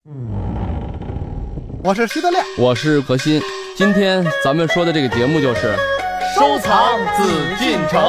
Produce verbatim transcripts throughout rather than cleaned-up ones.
我是徐德亮， 我是何鑫。今天咱们说的这个节目就是收藏紫禁城。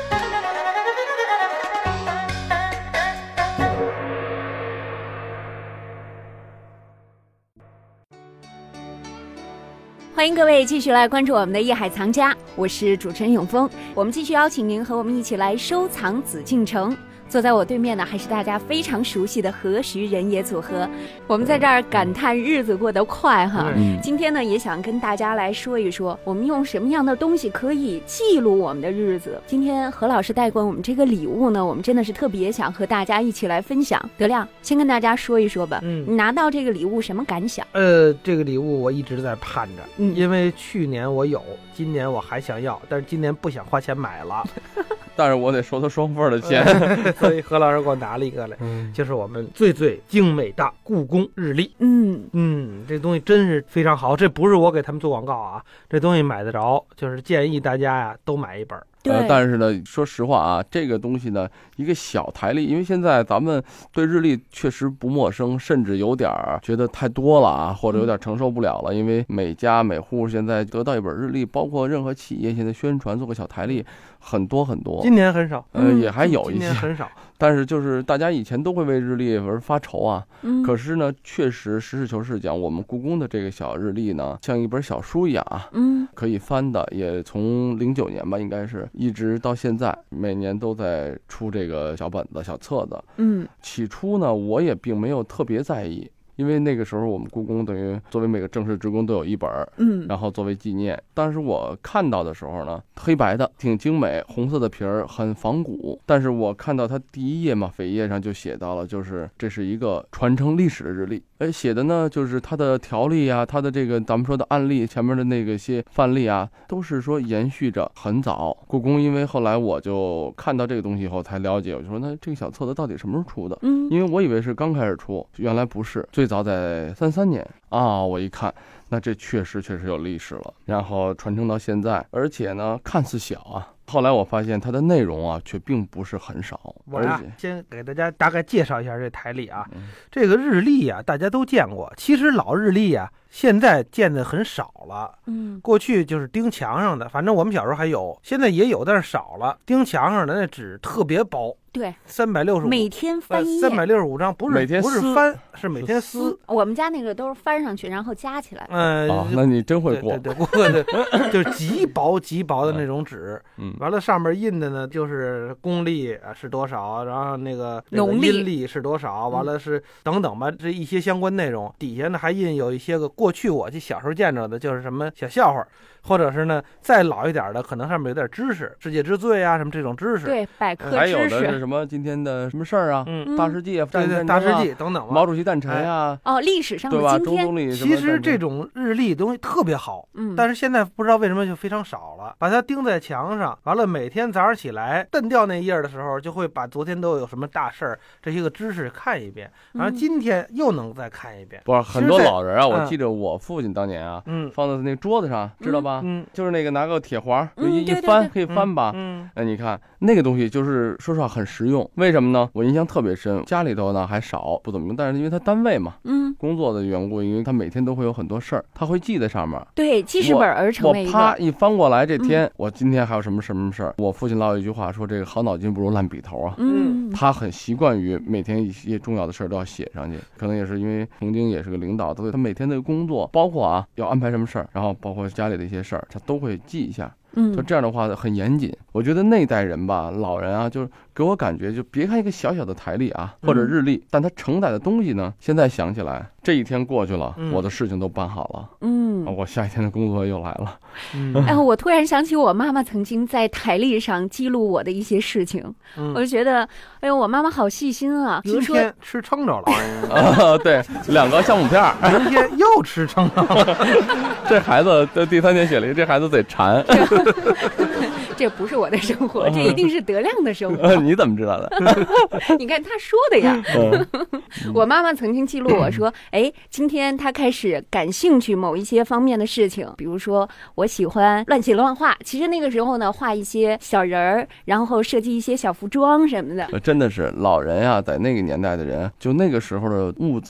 欢迎各位继续来关注我们的夜海藏家，我是主持人永峰。我们继续邀请您和我们一起来收藏紫禁城。坐在我对面的还是大家非常熟悉的何徐人也组合。我们在这儿感叹日子过得快哈、嗯、今天呢也想跟大家来说一说，我们用什么样的东西可以记录我们的日子。今天何老师带过我们这个礼物呢，我们真的是特别想和大家一起来分享。德亮先跟大家说一说吧，嗯，你拿到这个礼物什么感想？ 呃，这个礼物我一直在盼着、 嗯、 因为去年我有，今年我还想要，但是今年不想花钱买了但是我得收他双份的钱所以何老师给我拿了一个来、嗯、就是我们最最精美的故宫日历。 嗯嗯，这东西真是非常好，这不是我给他们做广告啊，这东西买得着，就是建议大家呀都买一本。 呃，但是呢，说实话啊，这个东西呢，一个小台历，因为现在咱们对日历确实不陌生，甚至有点觉得太多了啊，或者有点承受不了了。因为每家每户现在得到一本日历，包括任何企业现在宣传做个小台历，很多很多。 今年很少， 呃，也还有一些， 今年很少。 但是就是大家以前都会为日历而发愁啊， 嗯， 可是呢，确实实事求是讲，我们故宫的这个小日历呢，像一本小书一样啊， 嗯， 可以翻的，也从零九年吧，应该是一直到现在，每年都在出这个小本子、小册子。 嗯， 起初呢，我也并没有特别在意。因为那个时候我们故宫等于作为每个正式职工都有一本， 嗯， 然后作为纪念。当时我看到的时候呢，黑白的挺精美，红色的皮儿很仿古。但是我看到它第一页嘛，扉页上就写到了，就是这是一个传承历史的日历。哎，写的呢就是它的条例啊，它的这个咱们说的案例前面的那个些范例啊，都是说延续着很早。故宫因为后来我就看到这个东西以后才了解，我就说那这个小册子到底什么时候出的？ 嗯， 因为我以为是刚开始出，原来不是，最早在三三年啊，我一看，那这确实确实有历史了，然后传承到现在，而且呢，看似小啊，后来我发现它的内容啊，却并不是很少。 我呀，先给大家大概介绍一下这台历啊，嗯、这个日历啊，大家都见过，其实老日历啊，现在见的很少了。 嗯， 过去就是钉墙上的，反正我们小时候还有，现在也有，但是少了。钉墙上的那纸特别薄。 对， 三百六十五， 每天翻页， 三百六十五张，不是每天不是翻，是每天撕。 我们家那个都是翻上去，然后加起来。 嗯、呃哦，那你真会过， 对对对，过的就是极薄极薄的那种纸。 嗯， 完了上面印的呢，就是公历啊是多少，然后那个农历阴历是多少，完了是等等吧，这一些相关内容。底下呢还印有一些个过去我就小时候见着的，就是什么小笑话。或者是呢，再老一点的，可能上面有点知识，世界之最啊，什么这种知识， 对，百科知识， 还有的是什么今天的什么事儿啊， 嗯， 大世纪啊， 对对，大世纪等等， 毛主席诞辰啊， 哦，历史上的今天， 对吧？ 中历其实这种日历东西特别好， 嗯， 但是现在不知道为什么就非常少了。把它钉在墙上，完了每天早上起来蹬掉那页的时候，就会把昨天都有什么大事儿这些个知识看一遍，然后今天又能再看一遍。 不是很多老人啊，我记得我父亲当年啊，嗯，放在那桌子上，知道吧？嗯，就是那个。拿个铁环一一翻可以翻吧， 嗯， 哎，你看那个东西就是说实话很实用。为什么呢？我印象特别深，家里头呢还少不怎么用，但是因为他单位嘛， 嗯， 工作的缘故，因为他每天都会有很多事儿，他会记在上面。 对，记事本而成为一个。 我啪一翻过来，这天、嗯、我今天还有什么什么事儿？我父亲老有一句话说：“这个好脑筋不如烂笔头啊。” 嗯， 他很习惯于每天一些重要的事儿都要写上去，可能也是因为曾经也是个领导，所以他每天的工作，包括啊要安排什么事儿，然后包括家里的一些事儿，他都会记一下。 嗯， 就这样的话很严谨。我觉得那代人吧，老人啊，就是给我感觉，就别看一个小小的台历啊，或者日历，嗯、但他承载的东西呢，现在想起来，这一天过去了，嗯、我的事情都办好了， 嗯， 我下一天的工作又来了。 嗯，哎，我突然想起我妈妈曾经在台历上记录我的一些事情，嗯、我就觉得，哎呦，我妈妈好细心啊。比如说， 今天吃撑着了， 啊，对，两个橡木片， 明天又吃撑着了。 这孩子的第三天写了，这孩子得馋。 这不是我的生活，这一定是德亮的生活。 你怎么知道的？ 你看他说的呀。我妈妈曾经记录我说，哎，今天她开始感兴趣某一些方面的事情，比如说我喜欢乱写乱画。其实那个时候呢，画一些小人儿，然后设计一些小服装什么的。 真的是老人啊，在那个年代的人，就那个时候的物资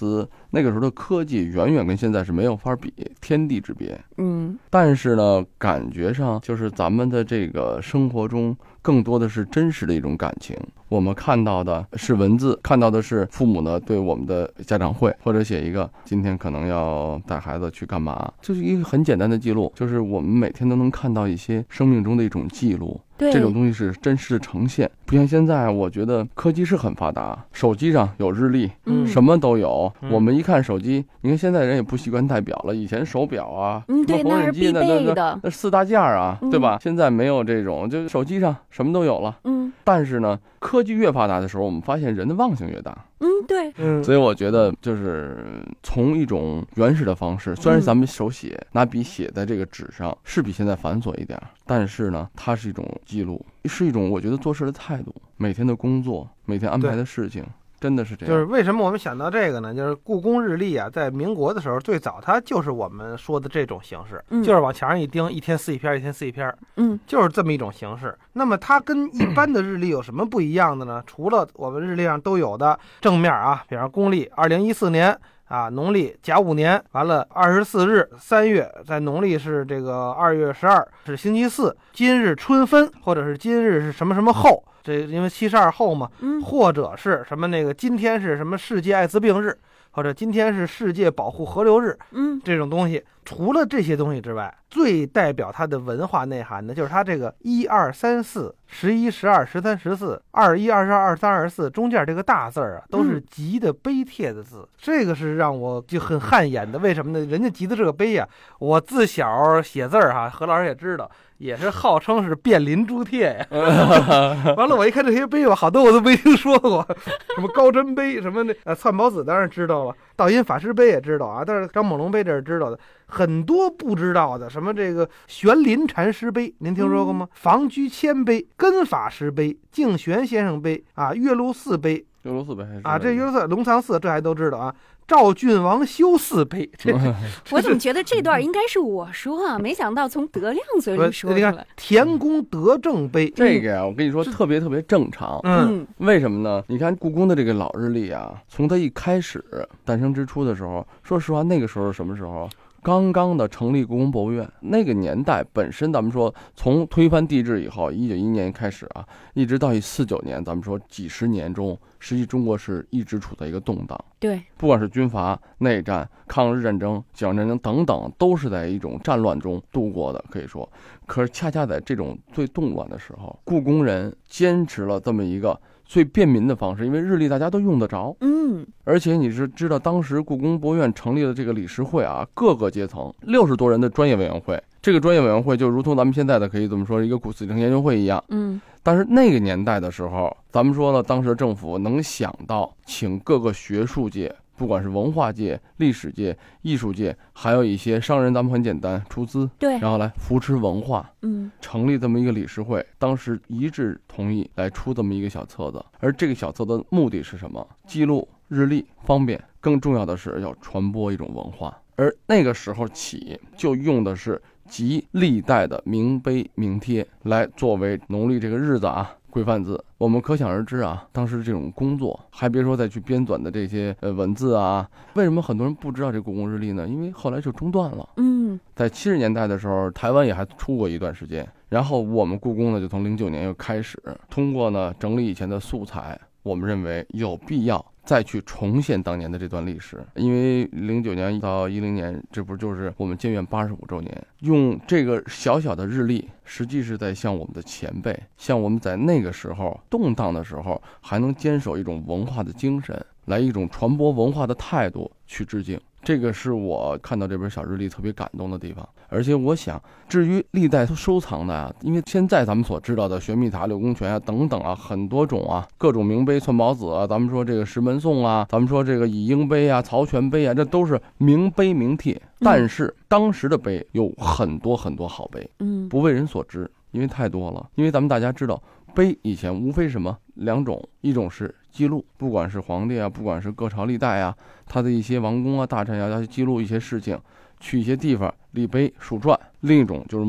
那个时候的科技远远跟现在是没有法比，天地之别。 嗯， 但是呢，感觉上就是咱们的这个生活中更多的是真实的一种感情。我们看到的是文字，看到的是父母呢对我们的家长会，或者写一个今天可能要带孩子去干嘛，就是一个很简单的记录，就是我们每天都能看到一些生命中的一种记录。 对， 这种东西是真实的呈现，不像现在，我觉得科技是很发达，手机上有日历， 嗯， 什么都有。 嗯、 我们一看手机，你看现在人也不习惯戴表了，以前手表啊， 嗯，对， 缝纫机那是必备的， 那四大件啊， 嗯、 对吧？现在没有这种，就手机上什么都有了。 嗯， 但是呢，科技越发达的时候，我们发现人的忘性越大。 嗯，对， 嗯， 所以我觉得就是从一种原始的方式，虽然咱们手写、嗯、拿笔写在这个纸上是比现在繁琐一点，但是呢，它是一种记录，是一种我觉得做事的态度，每天的工作，每天安排的事情。真的是这样， 就是为什么我们想到这个呢？就是故宫日历啊，在民国的时候，最早它就是我们说的这种形式， 嗯、 就是往墙上一钉，一天撕一篇，一天撕一篇， 嗯， 就是这么一种形式。那么它跟一般的日历有什么不一样的呢？除了我们日历上都有的正面啊，比方公历二零一四年啊，农历甲午年，完了二十四日三月，在农历是这个二月十二，是星期四，今日春分，或者是今日是什么什么后。这因为七十二后嘛， 嗯， 或者是什么那个今天是什么世界艾滋病日，或者今天是世界保护河流日， 嗯， 这种东西，除了这些东西之外，最代表它的文化内涵的就是它这个一二三四十一十二十三十四二一二十二二三二十四中间这个大字啊，都是急的悲帖的字，嗯、这个是让我就很汗颜的。为什么呢？人家急的这个悲呀、啊，我自小写字儿哈，何老师也知道。也是号称是遍临诸帖呀，完了我一看这些碑，我好多我都没听说过，什么高真碑，什么那呃篡宝子当然知道了，道阴法师碑也知道啊，但是张猛龙碑这是知道的，很多不知道的，什么这个玄林禅师碑，您听说过吗？嗯、房居谦碑、根法师碑、敬玄先生碑啊，岳麓寺碑。 岳麓寺碑啊，这岳麓寺、龙藏寺这还都知道啊。赵郡王修寺碑，这我怎么觉得这段应该是我说啊？没想到从德亮嘴里说出来。 你看田公德政碑， 这个呀，我跟你说特别特别正常。 嗯， 为什么呢？你看故宫的这个老日历啊，从它一开始诞生之初的时候，说实话，那个时候什么时候？刚刚的成立故宫博物院，那个年代本身，咱们说从推翻帝制以后，一九一一年开始啊，一直到一四九年，咱们说几十年中，实际中国是一直处在一个动荡。 对， 不管是军阀、内战、抗日战争、解放战争等等，都是在一种战乱中度过的，可以说。可是恰恰在这种最动乱的时候，故宫人坚持了这么一个最便民的方式，因为日历大家都用得着， 嗯， 而且你是知道，当时故宫博物院成立了这个理事会啊，各个阶层六十多人的专业委员会，这个专业委员会就如同咱们现在的可以怎么说一个古死城研究会一样， 嗯， 但是那个年代的时候，咱们说了，当时政府能想到请各个学术界，不管是文化界、历史界、艺术界，还有一些商人，咱们很简单出资， 对， 然后来扶持文化， 嗯， 成立这么一个理事会，当时一致同意来出这么一个小册子，而这个小册子的目的是什么？记录日历方便，更重要的是要传播一种文化。而那个时候起就用的是集历代的名碑名帖来作为农历这个日子啊规范字，我们可想而知啊，当时这种工作，还别说再去编纂的这些呃文字啊，为什么很多人不知道这故宫日历呢？因为后来就中断了。 嗯， 在七十年代的时候，台湾也还出过一段时间，然后我们故宫呢，就从零九年又开始通过呢整理以前的素材，我们认为有必要再去重现当年的这段历史，因为零九年到一零年，这不就是我们建院八十五周年？用这个小小的日历，实际是在向我们的前辈，向我们在那个时候动荡的时候，还能坚守一种文化的精神，来一种传播文化的态度去致敬。这个是我看到这本小日历特别感动的地方。而且我想，至于历代收藏的啊，因为现在咱们所知道的玄秘塔、六宫泉啊等等啊，很多种啊，各种名碑、篡宝子啊，咱们说这个石门颂啊，咱们说这个以英碑啊、曹全碑啊，这都是名碑名帖。但是当时的碑有很多很多好碑， 嗯， 不为人所知，因为太多了。因为咱们大家知道，碑以前无非什么两种，一种是记录，不管是皇帝啊，不管是各朝历代啊，他的一些王公啊、大臣啊，要去记录一些事情，去一些地方立碑树传；另一种就是墓志，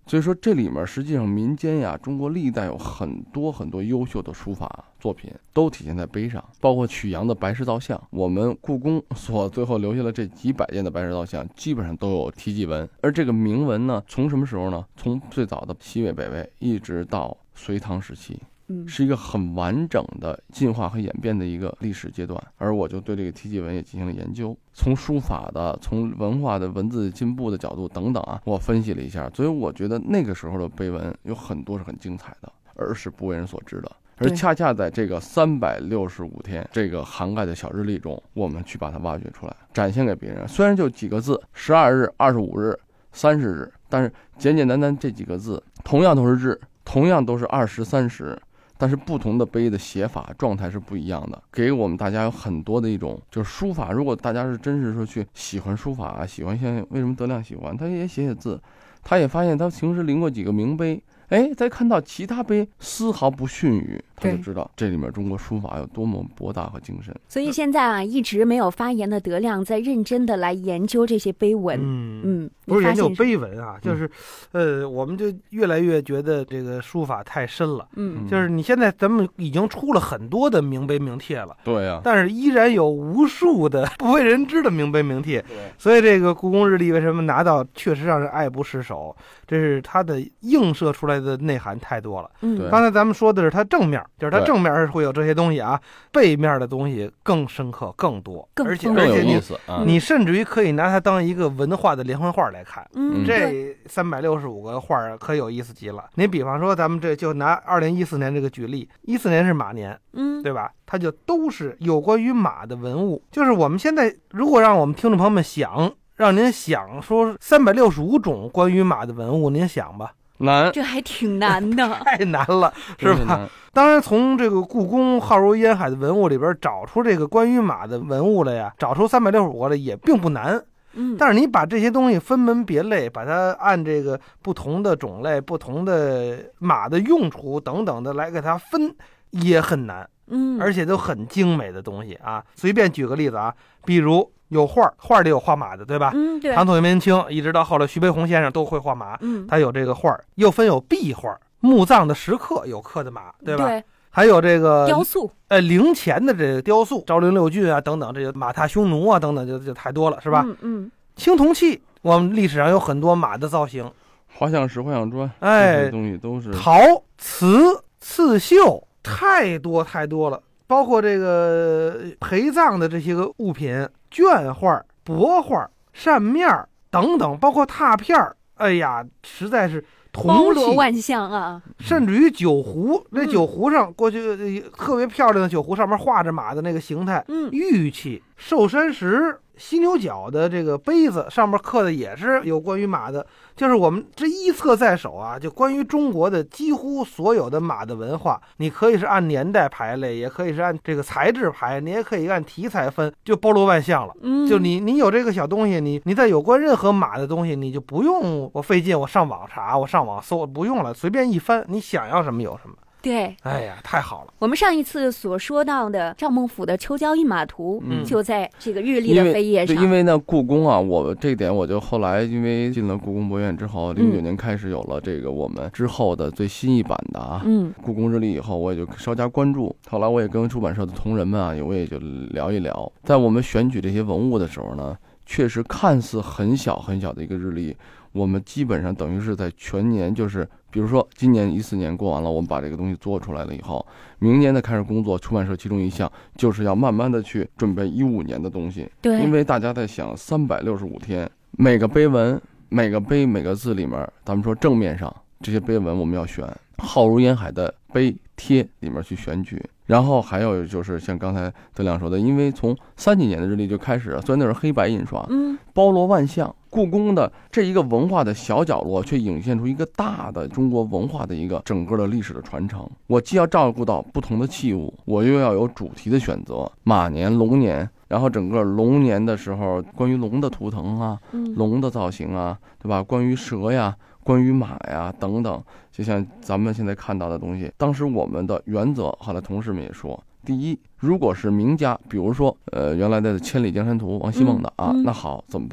所以说这里面实际上民间呀，中国历代有很多很多优秀的书法作品都体现在碑上，包括曲阳的白石造像，我们故宫所最后留下了这几百件的白石造像，基本上都有题记文。而这个铭文呢，从什么时候呢？从最早的西魏、北魏一直到隋唐时期，是一个很完整的进化和演变的一个历史阶段。而我就对这个题记文也进行了研究，从书法的、从文化的文字进步的角度等等啊，我分析了一下。所以我觉得那个时候的碑文有很多是很精彩的，而是不为人所知的。而恰恰在这个三百六十五天这个涵盖的小日历中，我们去把它挖掘出来，展现给别人。虽然就几个字，十二日、二十五日、三十日，但是简简单单这几个字，同样都是日，同样都是二十三十，但是不同的碑的写法状态是不一样的，给我们大家有很多的一种就是书法。如果大家是真是说去喜欢书法，喜欢像为什么德亮喜欢，他也写写字，他也发现他平时临过几个名碑，哎，再看到其他碑丝毫不逊于，他就知道这里面中国书法有多么博大和精深。 所以现在啊，一直没有发言的德亮在认真的来研究这些碑文。 嗯嗯， 不是研究碑文啊，就是，呃，我们就越来越觉得这个书法太深了。 嗯， 就是你现在咱们已经出了很多的名碑名帖了。 对呀、啊。 但是依然有无数的不为人知的名碑名帖。对。所以这个故宫日历为什么拿到，确实让人爱不释手。这是它的映射出来的内涵太多了。 嗯， 刚才咱们说的是它正面，就是它正面是会有这些东西啊，背面的东西更深刻、更多， 更而且更有意思啊！ 你甚至于可以拿它当一个文化的连环画来看。 嗯， 这三百六十五个画可有意思极了。你比方说，咱们这就拿二零一四年这个举例，一四年是马年， 嗯， 对吧？它就都是有关于马的文物。就是我们现在如果让我们听众朋友们想。让您想说三百六十五种关于马的文物，您想吧， 难， 这还挺难的， 太难了，是吧？当然，从这个故宫浩如烟海的文物里边找出这个关于马的文物来呀，找出三百六十五个来也并不难。 嗯， 但是你把这些东西分门别类，把它按这个不同的种类、不同的马的用处等等的来给它分，也很难。 嗯， 而且都很精美的东西啊。随便举个例子啊，比如有画，画里有画马的，对吧？ 嗯，对。 唐宋元明清一直到后来徐悲鸿先生都会画马， 嗯， 他有这个画，又分有壁画，墓葬的石刻有刻的马，对吧？ 对。 还有这个雕塑， 呃，陵前的这个雕塑，昭陵六骏啊等等，这个马踏匈奴啊等等，就就太多了，是吧？ 嗯嗯。 青铜器，我们历史上有很多马的造型， 画像石、画像砖， 哎， 这些东西都是陶、瓷、刺绣，太多太多了。包括这个陪葬的这些个物品，绢画、帛画、扇面等等，包括拓片，哎呀，实在是包罗万象啊！ 甚至于酒壶，那酒壶上过去特别漂亮的酒壶，上面画着马的那个形态， 嗯， 玉器、寿山石、犀牛角的这个杯子，上面刻的也是有关于马的。就是我们这一册在手啊，就关于中国的几乎所有的马的文化，你可以是按年代排类，也可以是按这个材质排，你也可以按题材分，就包罗万象了。 嗯， 就你你有这个小东西，你你在有关任何马的东西，你就不用我费劲，我上网查，我上网搜，不用了，随便一翻，你想要什么有什么。 对， 哎呀，太好了！ 我们上一次所说到的赵孟俯的《秋郊一马图》， 嗯， 就在这个日历的扉页上。 因为, 因为呢，故宫啊，我这点我就后来因为进了故宫博物院之后，零九年开始有了这个我们之后的最新一版的啊， 嗯， 故宫日历以后，我也就稍加关注。后来我也跟出版社的同仁们啊，我也就聊一聊，在我们选举这些文物的时候呢，确实看似很小很小的一个日历，我们基本上等于是在全年，就是比如说今年一四年过完了，我们把这个东西做出来了以后，明年的开始工作，出版社其中一项就是要慢慢的去准备一五年的东西。 对， 因为大家在想三百六十五天，每个碑文、每个碑、每个字里面，咱们说正面上这些碑文我们要选浩如烟海的碑帖里面去选举。然后还有就是像刚才德亮说的，因为从三几年的日历就开始了，虽然那是黑白印刷， 嗯， 包罗万象，故宫的这一个文化的小角落，却涌现出一个大的中国文化的一个整个的历史的传承。我既要照顾到不同的器物，我又要有主题的选择，马年、龙年，然后整个龙年的时候，关于龙的图腾啊，龙的造型啊，对吧？关于蛇呀，关于马呀等等，就像咱们现在看到的东西，当时我们的原则，后来同事们也说，第一，如果是名家，比如说呃原来的《千里江山图》王希孟的啊， 嗯嗯、 那好怎么办？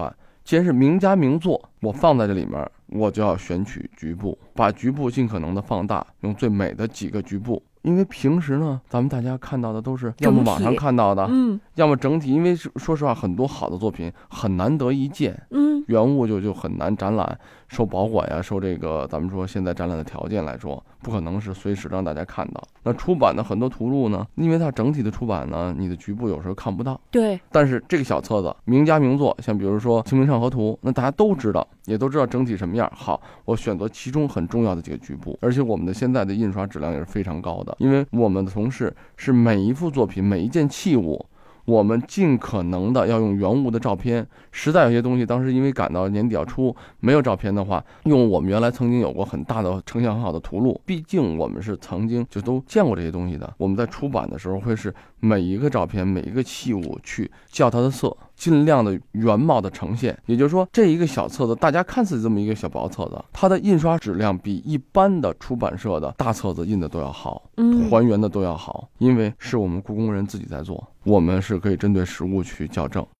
既然是名家名作，我放在这里面，我就要选取局部，把局部尽可能的放大，用最美的几个局部。因为平时呢，咱们大家看到的都是要么网上看到的，嗯，要么整体。因为说实话，很多好的作品很难得一见，嗯，原物就就很难展览，受保管呀，受这个咱们说现在展览的条件来说，不可能是随时让大家看到。那出版的很多图录呢，因为它整体的出版呢，你的局部有时候看不到， 对。 但是这个小册子名家名作，像比如说《清明上河图》，那大家都知道，也都知道整体什么样。好，我选择其中很重要的几个局部，而且我们的现在的印刷质量也是非常高的，因为我们的同事是每一幅作品每一件器物，我们尽可能的要用原物的照片。实在有些东西当时因为赶到年底要出，没有照片的话，用我们原来曾经有过很大的成像很好的图录，毕竟我们是曾经就都见过这些东西的。我们在出版的时候会是每一个照片每一个器物去校它的色，尽量的原貌的呈现。也就是说，这一个小册子大家看似这么一个小薄册子，它的印刷质量比一般的出版社的大册子印的都要好，嗯，还原的都要好，因为是我们故宫人自己在做，我们是可以针对实物去校正。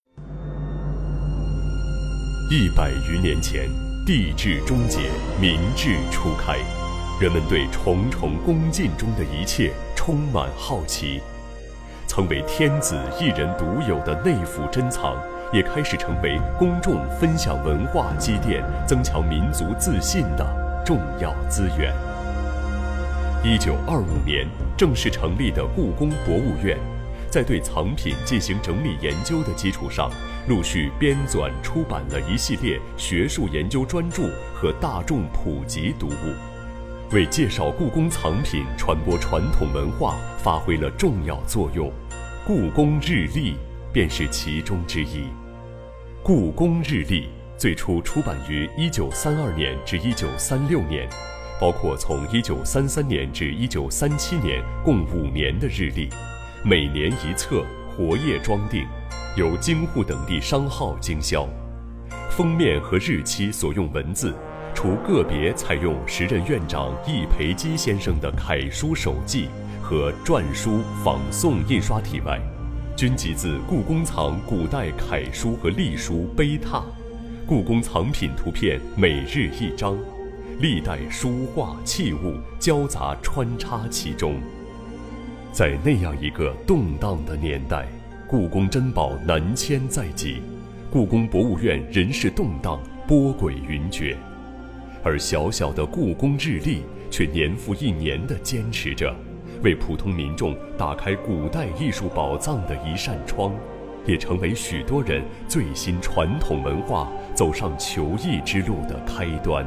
一百余年前，帝制终结，民智初开，人们对重重宫禁中的一切充满好奇。曾为天子一人独有的内府珍藏，也开始成为公众分享文化积淀、增强民族自信的重要资源。一九二五年正式成立的故宫博物院，在对藏品进行整理研究的基础上，陆续编纂出版了一系列学术研究专著和大众普及读物，为介绍故宫藏品、传播传统文化发挥了重要作用。故宫日历便是其中之一。故宫日历最初出版于一九三二年至一九三六年，包括从一九三三年至一九三七年共五年的日历，每年一册，活页装订，由京沪等地商号经销。封面和日期所用文字，除个别采用时任院长易培基先生的楷书手记和篆书仿宋印刷体外，均集自故宫藏古代楷书和隶书碑拓，故宫藏品图片每日一张，历代书画器物交杂穿插其中。在那样一个动荡的年代，故宫珍宝南迁在即，故宫博物院人事动荡，波诡云谲，而小小的故宫日历却年复一年地坚持着，为普通民众打开古代艺术宝藏的一扇窗，也成为许多人最新传统文化走上求艺之路的开端。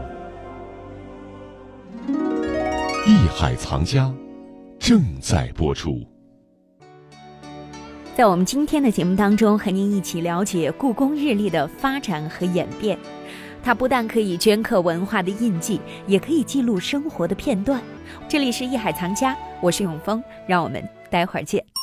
艺海藏家正在播出。 在我们今天的节目当中，和您一起了解故宫日历的发展和演变。它不但可以镌刻文化的印记，也可以记录生活的片段。这里是艺海藏家，我是永峰，让我们待会儿见。